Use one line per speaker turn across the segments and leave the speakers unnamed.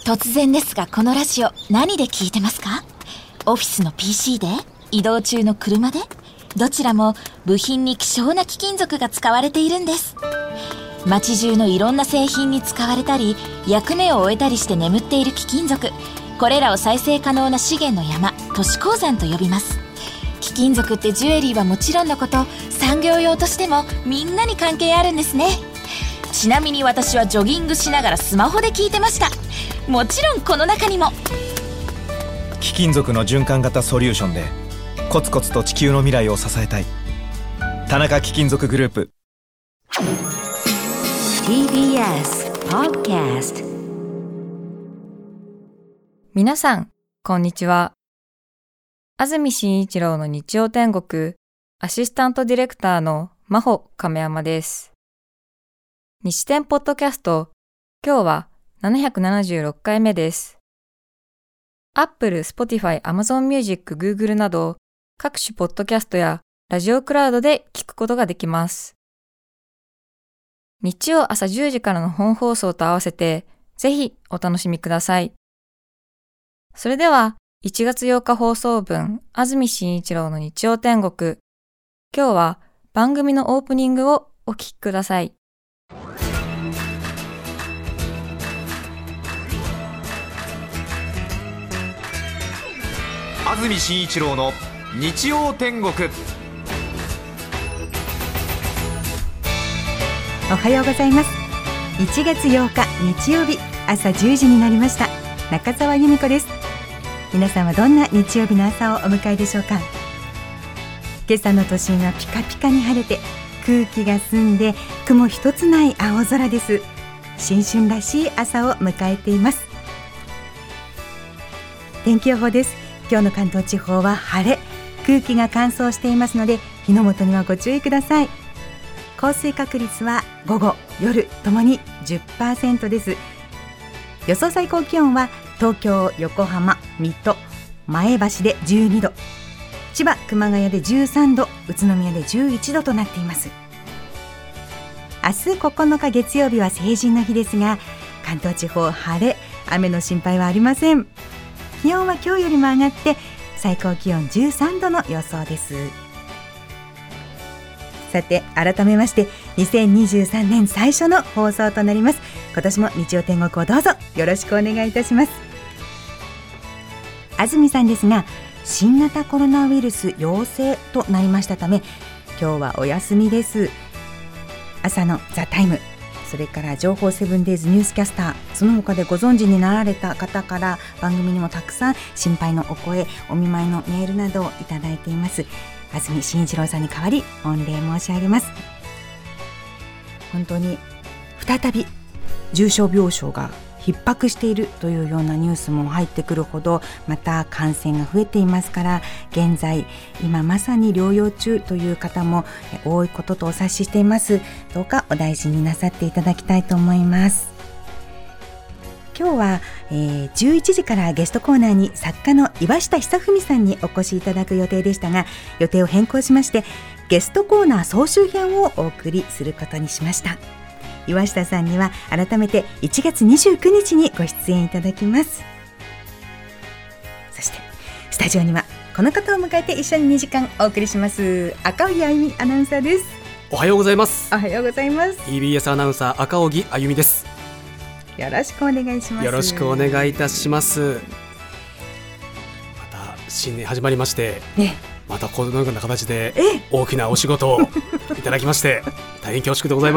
突然ですが、このラジオ何で聞いてますか？オフィスの PC で？移動中の車で？どちらも部品に希少な貴金属が使われているんです。街中のいろんな製品に使われたり、役目を終えたりして眠っている貴金属、これらを再生可能な資源の山、都市鉱山と呼びます。貴金属ってジュエリーはもちろんのこと、産業用としてもみんなに関係あるんですね。ちなみに私はジョギングしながらスマホで聞いてました。もちろんこの中にも
貴金属の循環型ソリューションでコツコツと地球の未来を支えたい。田中貴金属グループ。
TBS Podcast。
皆さんこんにちは。安住紳一郎の日曜天国アシスタントディレクターの真帆亀山です。日天ポッドキャスト、今日は776回目です。Apple、Spotify、Amazon Music、Google など各種ポッドキャストやラジオクラウドで聞くことができます。日曜朝10時からの本放送と合わせてぜひお楽しみください。それでは1月8日放送分、安住紳一郎の日曜天国。今日は番組のオープニングをお聞きください。
安住紳一郎の日曜天国。
おはようございます。1月8日日曜日、朝10時になりました。中澤由美子です。皆さんはどんな日曜日の朝をお迎えでしょうか。今朝の都心はピカピカに晴れて、空気が澄んで雲一つない青空です。新春らしい朝を迎えています。天気予報です。今日の関東地方は晴れ、空気が乾燥していますので火の元にはご注意ください。降水確率は午後夜ともに 10% です。予想最高気温は東京、横浜、水戸、前橋で12度、千葉、熊谷で13度、宇都宮で11度となっています。明日9日月曜日は成人の日ですが、関東地方晴れ、雨の心配はありません。気温は今日よりも上がって最高気温13度の予想です。さて、改めまして2023年最初の放送となります。今年も日曜天国をどうぞよろしくお願いいたします。安住さんですが、新型コロナウイルス陽性となりましたため、今日はお休みです。朝のザ・タイム、それから情報セブンデイズニュースキャスター、その他でご存知になられた方から番組にもたくさん心配のお声、お見舞いのメールなどをいただいています。安住紳一郎さんに代わり御礼申し上げます。本当に再び重症病床が逼迫しているというようなニュースも入ってくるほど、また感染が増えていますから、現在今まさに療養中という方も多いこととお察ししています。どうかお大事になさっていただきたいと思います。今日は、11時からゲストコーナーに作家の岩下久文さんにお越しいただく予定でしたが、予定を変更しましてゲストコーナー総集編をお送りすることにしました。岩下さんには改めて1月29日にご出演いただきます。そしてスタジオにはこの方を迎えて一緒に2時間お送りします。赤荻あゆみアナウンサーです。
おはようございます。
おはようございます。
TBS アナウンサー赤荻あゆみです。
よろしくお願いします。
よろしくお願いいたします。また新年始まりまして、またこのような形で大きなお仕事をいただきまして大変恐縮でございます。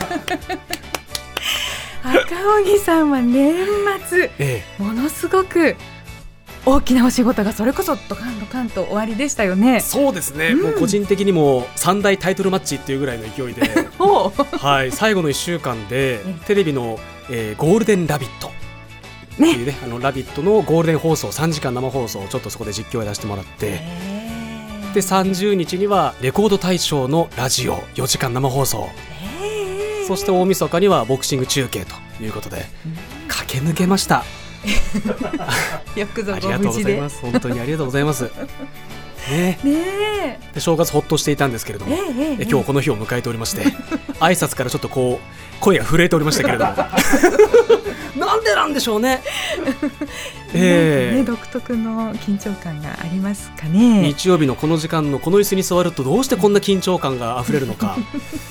赤荻さんは年末、ものすごく大きなお仕事がそれこそドカンドカンと終わりでしたよね。
そうですね、もう個人的にも3大タイトルマッチっていうぐらいの勢いではい、最後の1週間でテレビの、ゴールデンラビットっていうね、ラビットのゴールデン放送3時間生放送をちょっとそこで実況を出してもらって、で30日にはレコード大賞のラジオ4時間生放送、そして大晦日にはボクシング中継ということで駆け抜けました。
よくぞ
ありがとうございます。本当にありがとうございます。で正月ほっとしていたんですけれども、今日この日を迎えておりまして挨拶からちょっとこう声が震えておりましたけれどもなんでなんでしょうね
独特の緊張感がありますかね。
日曜日のこの時間のこの椅子に座るとどうしてこんな緊張感があふれるのか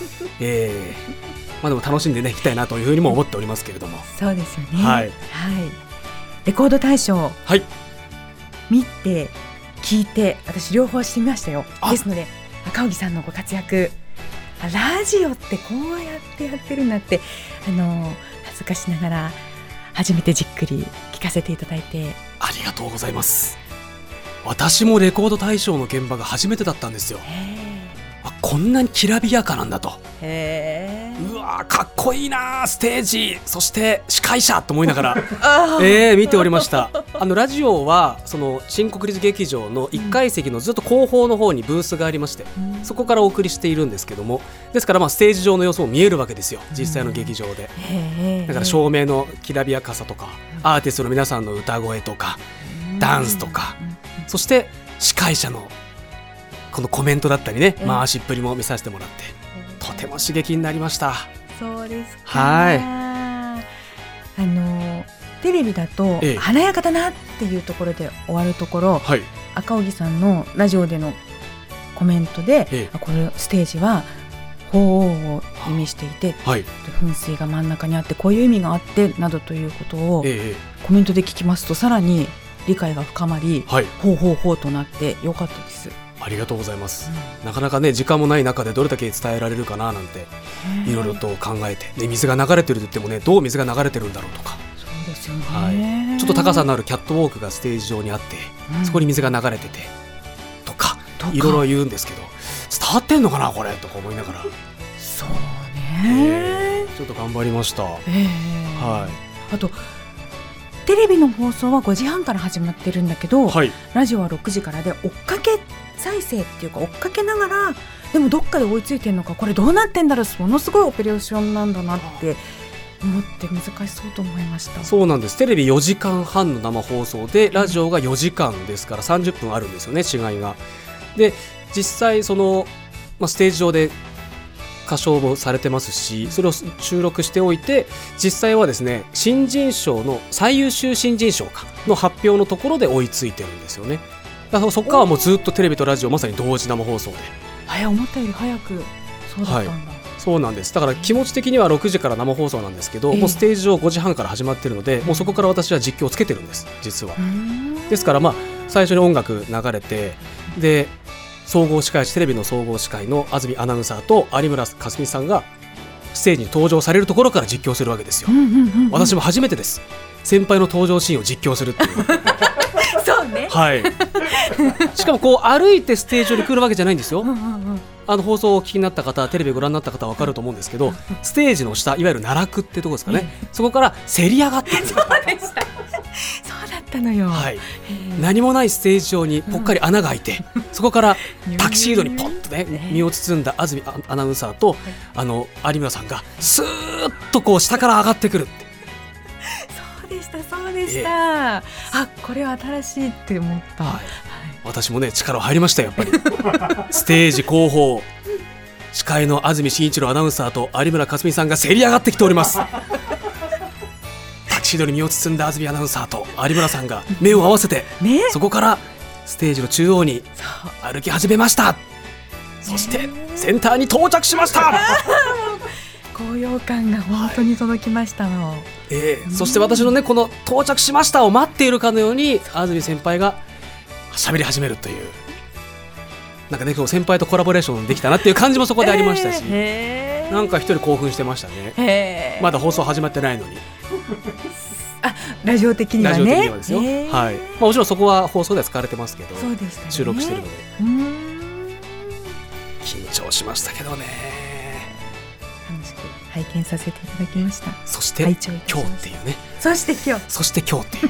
まあでも楽しんでねいきたいなというふうにも思っておりますけれども。
そうですよね。
はい、
レコード大賞、
はい、
見て聞いて私両方してみましたよ。ですので赤荻さんのご活躍、ラジオってこうやってやってるんだって恥ずかしながら初めてじっくり聞かせていただいて
ありがとうございます。私もレコード大賞の現場が初めてだったんですよ。こんなにきらびやかなんだと。うわかっこいいなステージ、そして司会者と思いながら見ておりました。ラジオはその新国立劇場の1階席のずっと後方の方にブースがありまして、そこからお送りしているんですけども、ですからステージ上の様子も見えるわけですよ、実際の劇場で。だから照明のきらびやかさとかアーティストの皆さんの歌声とかダンスとか、そして司会者のこのコメントだったりね、回しっぷりも見させてもらってとても刺激になりました。
そうですか。テレビだと華やかだなっていうところで終わるところ、赤荻さんのラジオでのコメントで、これステージは鳳凰を意味していて、噴水が真ん中にあってこういう意味があってなどということをコメントで聞きますと、さらに理解が深まり、ほうほうほうとなってよかったです。
ありがとうございます、なかなかね時間もない中でどれだけ伝えられるかななんていろいろと考えて、で水が流れてると言ってもね、どう水が流れてるんだろうとか、
そうですよね、
ちょっと高さのあるキャットウォークがステージ上にあって、そこに水が流れててとかいろいろ言うんですけど、伝わってんのかなこれとか思いながら、
そうね、
ちょっと頑張りました。
あとテレビの放送は5時半から始まってるんだけど、ラジオは6時からで追っかけ再生っていうか追っかけながら、でもどっかで追いついてるのか、これどうなってんだろう、ものすごいオペレーションなんだなって思って難しそうと思いました。
そうなんです。テレビ4時間半の生放送でラジオが4時間ですから30分あるんですよね、違いが。で実際その、ステージ上で歌唱もされてますし、それを収録しておいて、実際はですね新人賞の最優秀新人賞の発表のところで追いついてるんですよね。だからそこからはもうずっとテレビとラジオまさに同時生放送で、
思ったより早くそうだったんだ。
そうなんです。だから気持ち的には6時から生放送なんですけど、もうステージ上5時半から始まってるので、もうそこから私は実況をつけてるんです実は。ですから最初に音楽流れて、で総合司会、テレビの総合司会の安住アナウンサーと有村架純さんがステージに登場されるところから実況するわけですよ。私も初めてです。先輩の登場シーンを実況するっていう
そうね、
しかもこう歩いてステージ上に来るわけじゃないんですよ。放送をお聞きになった方、テレビご覧になった方は分かると思うんですけど、ステージの下、いわゆる奈落ってとこですかね、そこからせり上がってくる。
そうでした、そうだったのよ。
何もないステージ上にぽっかり穴が開いて、そこからタキシードにポッとね身を包んだ安住アナウンサーと有村さんがスーッとこう下から上がってくるって。
そうでした、これは新しいって思った、
私もね力入りましたよやっぱりステージ後方、司会の安住紳一郎アナウンサーと有村架純さんがせり上がってきておりますタキシードに身を包んだ安住アナウンサーと有村さんが目を合わせて、そこからステージの中央に歩き始めました。そしてセンターに到着しました
高揚感が本当に届きましたの。
そして私のねこの到着しましたを待っているかのように安住先輩が喋り始めるという、なんかね先輩とコラボレーションできたなっていう感じもそこでありましたし、なんか一人興奮してましたね。まだ放送始まってないのに
ラジオ的にはね。
ラジオ的にはですよ。もちろんそこは放送では使われてますけど、収録してるので緊張しましたけどね。
楽しく拝見させていただきました。
そして今日っていうね。
そして今日っていう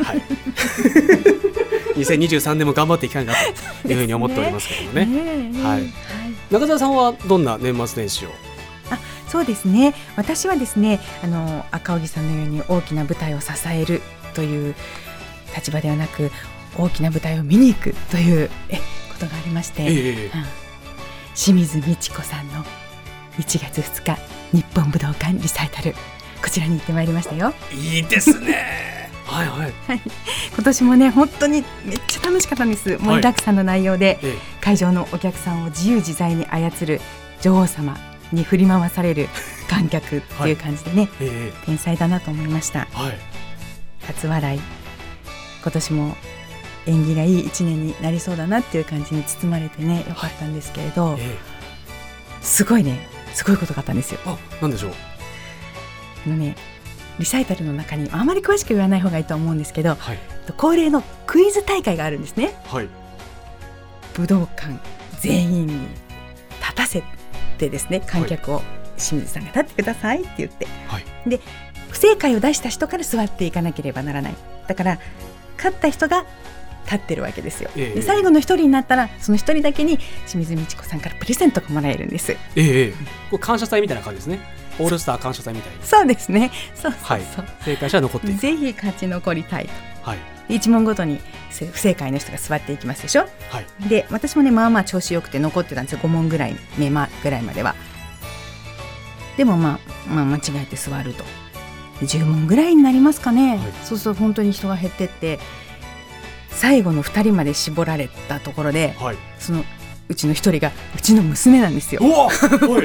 2023年も頑張っていきたいなというふうに思っておりますけどもね。中澤さんはどんな年末年始を？
そうですね、私はですね赤荻さんのように大きな舞台を支えるという立場ではなく、大きな舞台を見に行くということがありまして、清水ミチコさんの 1月2日日本武道館リサイタル、こちらに行ってまいりましたよ。
いいですねはいはい、
はい、今年もね本当にめっちゃ楽しかったんです。盛りだくさんの内容で、会場のお客さんを自由自在に操る女王様に振り回される観客っていう感じでね、天才だなと思いました、初笑い、今年も縁起がいい1年になりそうだなっていう感じに包まれてねよかったんですけれど、すごいことがあったんですよ。
なんでしょう。
リサイタルの中にあまり詳しく言わない方がいいと思うんですけど、恒例のクイズ大会があるんですね、武道館全員に立たせてですね、観客を清水さんが立ってくださいって言って、で不正解を出した人から座っていかなければならない。だから勝った人が立ってるわけですよ、で最後の一人になったらその一人だけに清水ミチコさんからプレゼントがもらえるんです。
これ感謝祭みたいな感じですね。オールスター感謝祭みたいな。
そうですね、そう、
正解者は残っていく。
ぜひ勝ち残りたいと、1問ごとに不正解の人が座っていきますでしょ、で私もねまあまあ調子よくて残ってたんですよ、5問ぐらい目ぐらいまでは。でもまあ間違えて座ると10問ぐらいになりますかね、そうすると本当に人が減ってって最後の2人まで絞られたところで、そのうちの1人がうちの娘なんですよ。そうすごい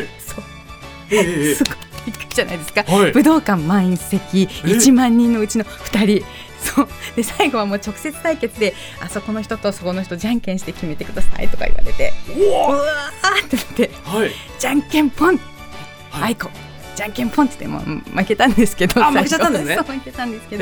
びっくりじゃないですか、武道館満員席1万人のうちの2人、そうで最後はもう直接対決で、あそこの人とそこの人じゃんけんして決めてくださいとか言われて、うわーってなって、じゃんけんポン、あいこじゃんけんポンって言っても負けたんですけど、
負けちゃったんですね。
そう負けたんですけど、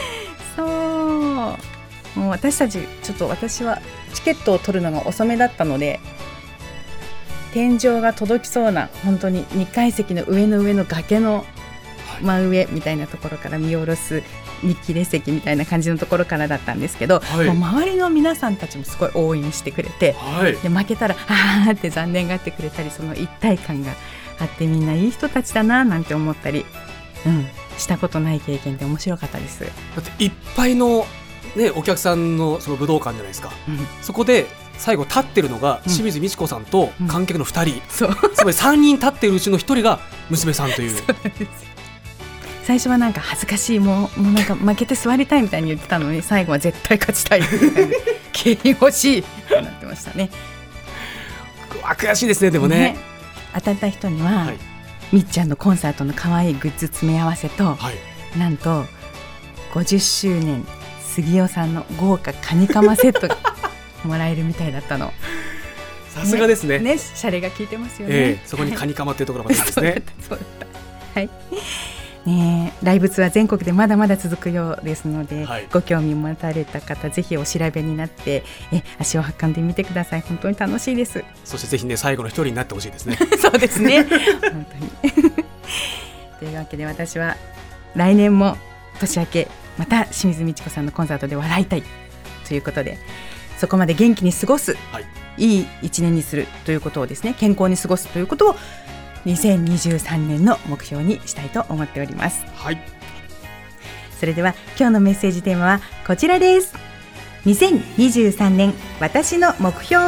そうもう私たちちょっと私はチケットを取るのが遅めだったので、天井が届きそうな本当に2階席の上の崖の真上みたいなところから見下ろす見切れ席みたいな感じのところからだったんですけど、もう周りの皆さんたちもすごい応援してくれて、で負けたらあーって残念がってくれたり、その一体感があってみんないい人たちだななんて思ったり、したことない経験で面白かったです。だ
っていっぱいの、お客さんのその武道館じゃないですか、そこで最後立ってるのが清水ミチコさんと観客の2人、つまり3人立ってるうちの1人が娘さんという。そうなんですよ。
最初はなんか恥ずかしい、もうなんか負けて座りたいみたいに言ってたのに、最後は絶対勝ちたいみたいな景品欲しいってなってましたね。
悔しいですね。でもね
当たった人には、みっちゃんのコンサートの可愛いグッズ詰め合わせと、なんと50周年杉尾さんの豪華カニカマセットがもらえるみたいだったの。
さすがですね。
シャレが効いてますよね、
そこにカニカマっていうところがいいですね。
そうだったはいライブツアー全国でまだまだ続くようですので、ご興味持たれた方ぜひお調べになって足を運んでみてください。本当に楽しいです。
そしてぜひね最後の一人になってほしいですね。
そうですね本当にというわけで私は来年も年明けまた清水ミチコさんのコンサートで笑いたいということで、そこまで元気に過ごす、いい一年にするということをですね、健康に過ごすということを2023年の目標にしたいと思っております。それでは今日のメッセージテーマはこちらです。2023年私の目標。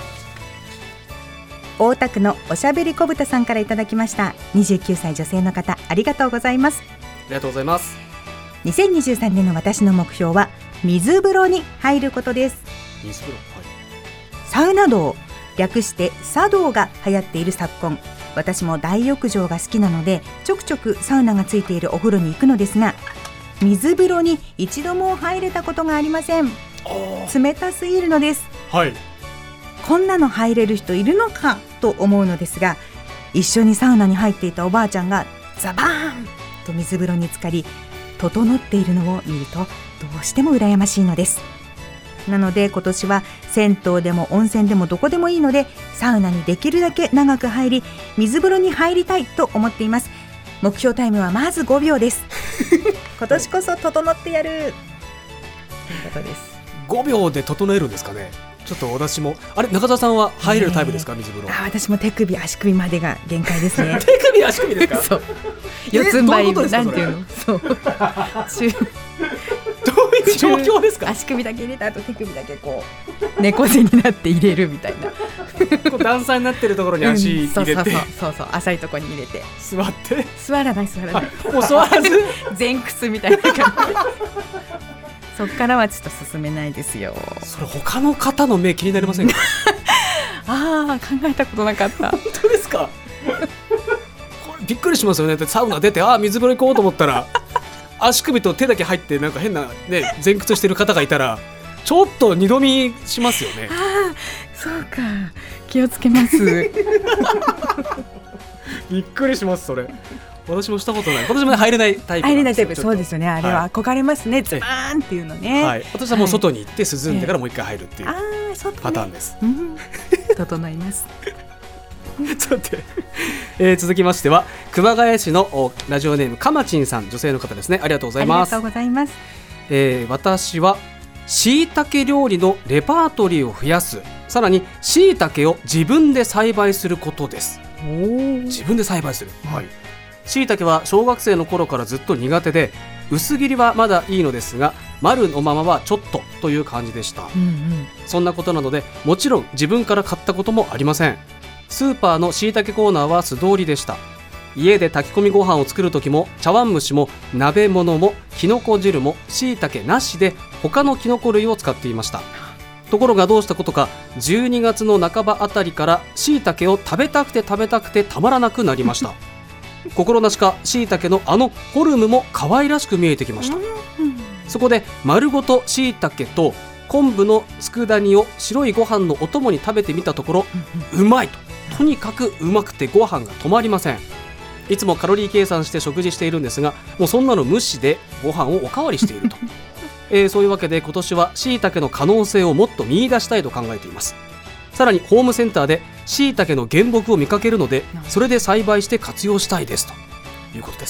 大田区のおしゃべりこぶたさんからいただきました。29歳女性の方、ありがとうございます。
ありがとうございます。
2023年の私の目標は水風呂に入ることです。
水風呂、
サウナ道、略して茶道が流行っている昨今、私も大浴場が好きなのでちょくちょくサウナがついているお風呂に行くのですが、水風呂に一度も入れたことがありません。冷たすぎるのです、こんなの入れる人いるのかと思うのですが、一緒にサウナに入っていたおばあちゃんがザバーンと水風呂に浸かり整っているのを見るとどうしても羨ましいのです。なので今年は銭湯でも温泉でもどこでもいいのでサウナにできるだけ長く入り水風呂に入りたいと思っています。目標タイムはまず5秒です今年こそ整ってやるということです。
5秒で整えるんですかね。ちょっと私も中澤さんは入れるタイプですか、水風呂。
私も手首足首までが限界ですね
手首足首ですか。
そう四つん這いなんていうのそうどう
いう状況ですか。
足首だけ入れた後手首だけこう猫背になって入れるみたいな
こう段差になってるところに足入れて、
そう浅いところに入れて
座って
座らない
もう座らず
前屈みたいな感じそっからはちょっと進めないですよ。
それ他の方の目気になりませんか？
考えたことなかった
本当ですか？これびっくりしますよね。サウナ出て水風呂行こうと思ったら足首と手だけ入ってなんか変な、ね、前屈してる方がいたらちょっと二度見しますよね。
そうか、気をつけます
びっくりします。それ私もしたことない。私も、ね、入れないタイプなんですよ。
そうですよね。あれは憧れますね、ズバーンっていうのね。
はい、私はもう外に行って涼んでからもう一回入るっていうパターンです。
整います
さて、続きましては熊谷市のラジオネームかまちんさん、女性の方ですね。ありがとうございます。
ありがとうございます。
私はしいたけ料理のレパートリーを増やす、さらにしいたけを自分で栽培することです。自分で栽培する、はい。しいたけは小学生の頃からずっと苦手で、薄切りはまだいいのですが丸のままはちょっとという感じでした、そんなことなのでもちろん自分から買ったこともありません。スーパーのしいたけコーナーは素通りでした。家で炊き込みご飯を作る時も茶碗蒸しも鍋物もきのこ汁もしいたけなしで他のきのこ類を使っていました。ところがどうしたことか12月の半ばあたりからしいたけを食べたくてたまらなくなりました心なしかしいたけのフォルムも可愛らしく見えてきました。そこで丸ごとしいたけと昆布の佃煮を白いご飯のお供に食べてみたところ、うまいとにかくうまくてご飯が止まりません。いつもカロリー計算して食事しているんですが、もうそんなの無視でご飯をおかわりしているとそういうわけで今年はしいたけの可能性をもっと見出したいと考えています。さらにホームセンターでしいたけの原木を見かけるので、それで栽培して活用したいですということです。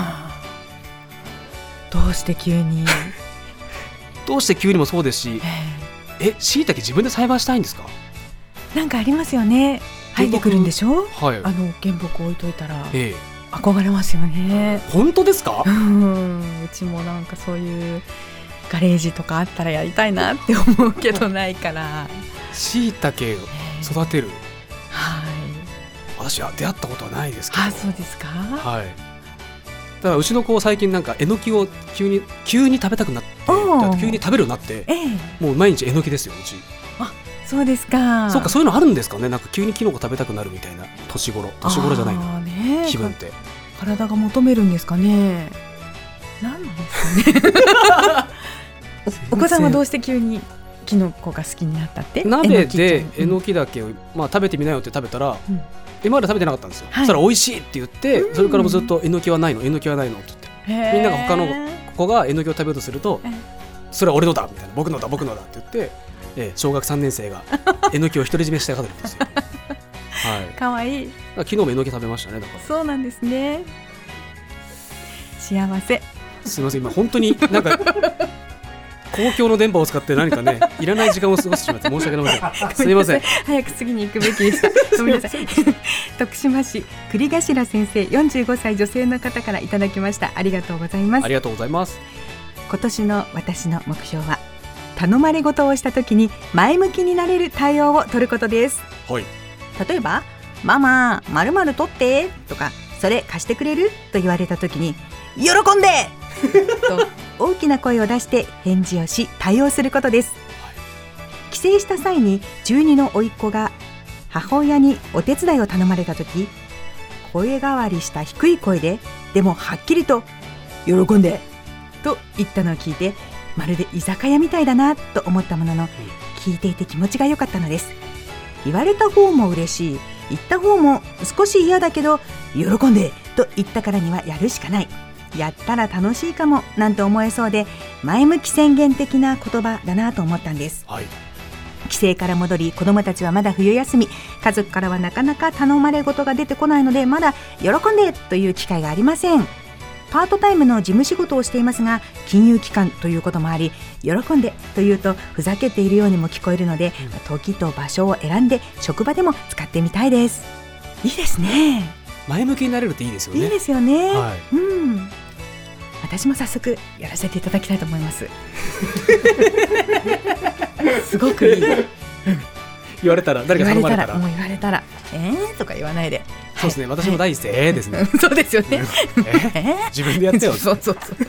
どうして急に
どうして急にもそうですし、しいたけ自分で栽培したいんですか？
なんかありますよね。生えてくるんでしょ、
はい、
原木置いといたら、憧れますよね。
本当ですか？
うちもなんかそういうガレージとかあったらやりたいなって思うけどないから
しいたけを育てる、
はい、
私は出会ったことはないですけど。
そうですか？
はい。だからうちの子最近なんかえのきを急に食べたくなって急に食べるようになって、もう毎日えのきですようち。
そうですか。
そうか、そういうのあるんですかね。なんか急にキノコ食べたくなるみたいな年頃じゃないの、気分って
体が求めるんですかね。なんですかねお子さんはどうして急にキノコが好きになったって？
鍋でえのきだけを、食べてみなよって食べたら、今まで食べてなかったんですよ、そしたら美味しいって言って、それからもずっとえのきはないのって言って、みんなが他の子がえのきを食べようとすると、それは俺のだみたいな、僕のだって言って小学3年生がえのきを独り占めしたがるんですよはい、
かわいい。
昨日もえのき食べましたね。だから
そうなんですね。幸せ。
すみません、今本当になんか公共の電波を使って何かねいらない時間を過ごしてしまって申し訳ありません。すみません。
早く次に行くべきでした。ごめんなさい。徳島市栗頭先生、45歳女性の方からいただきました。ありがとうございます。
ありがとうございます。
今年の私の目標は頼まれ事をした時に前向きになれる対応を取ることです。
はい。
例えばママ〇〇取ってとか、それ貸してくれると言われた時に喜んでと大きな声を出して返事をし対応することです。帰省した際に中2の甥っ子が母親にお手伝いを頼まれた時、声変わりした低い声ででもはっきりと喜んでと言ったのを聞いて、まるで居酒屋みたいだなと思ったものの、聞いていて気持ちが良かったのです。言われた方も嬉しい、言った方も少し嫌だけど喜んでと言ったからにはやるしかない、やったら楽しいかもなんて思えそうで、前向き宣言的な言葉だなと思ったんです。
はい。
帰省から戻り、子どもたちはまだ冬休み、家族からはなかなか頼まれ事が出てこないので、まだ喜んでという機会がありません。パートタイムの事務仕事をしていますが、金融機関ということもあり、喜んでというとふざけているようにも聞こえるので、時と場所を選んで職場でも使ってみたいです。いいですね。
前向きになれるっていいですよね。
いいですよね、
はい。
私も早速やらせていただきたいと思いますすごくいい、
言われたら、誰か頼まれたら、
もう言われたらとか言わないで。
そうですね、私も第一声ですね。
そうですよね。
自分でやってよ。
そう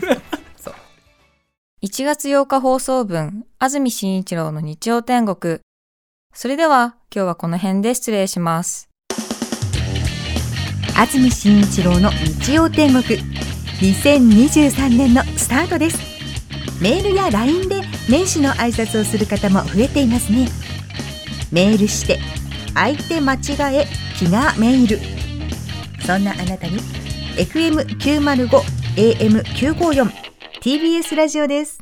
1月8日放送分、安住紳一郎の日曜天国。それでは今日はこの辺で失礼します。
安住紳一郎の日曜天国、2023年のスタートです。メールや LINE で年始の挨拶をする方も増えていますね。メールして相手間違え気がメール。そんなあなたに FM905 AM954 TBS ラジオです。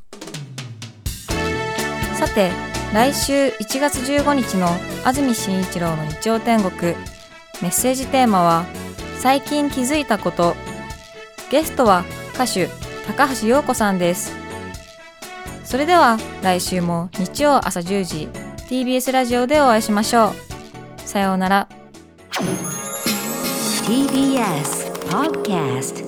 さて、来週1月15日の安住紳一郎の日曜天国、メッセージテーマは最近気づいたこと。ゲストは歌手高橋洋子さんです。それでは来週も日曜朝10時 TBS ラジオでお会いしましょう。さようなら。
TBS Podcast。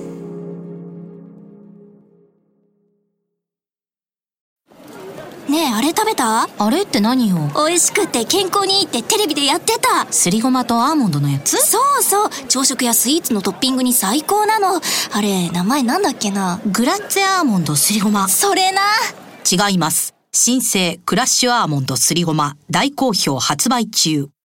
ねえ、あれ食べた？
あれって何よ？
美味しくて健康にいいってテレビでやってた。
すりごまとアーモンドのやつ？
そうそう、朝食やスイーツのトッピングに最高なの。あれ、名前なんだっけな。
グラッツェアーモンドすりごま。
それな。
違います。新生クラッシュアーモンドすりごま大好評発売中。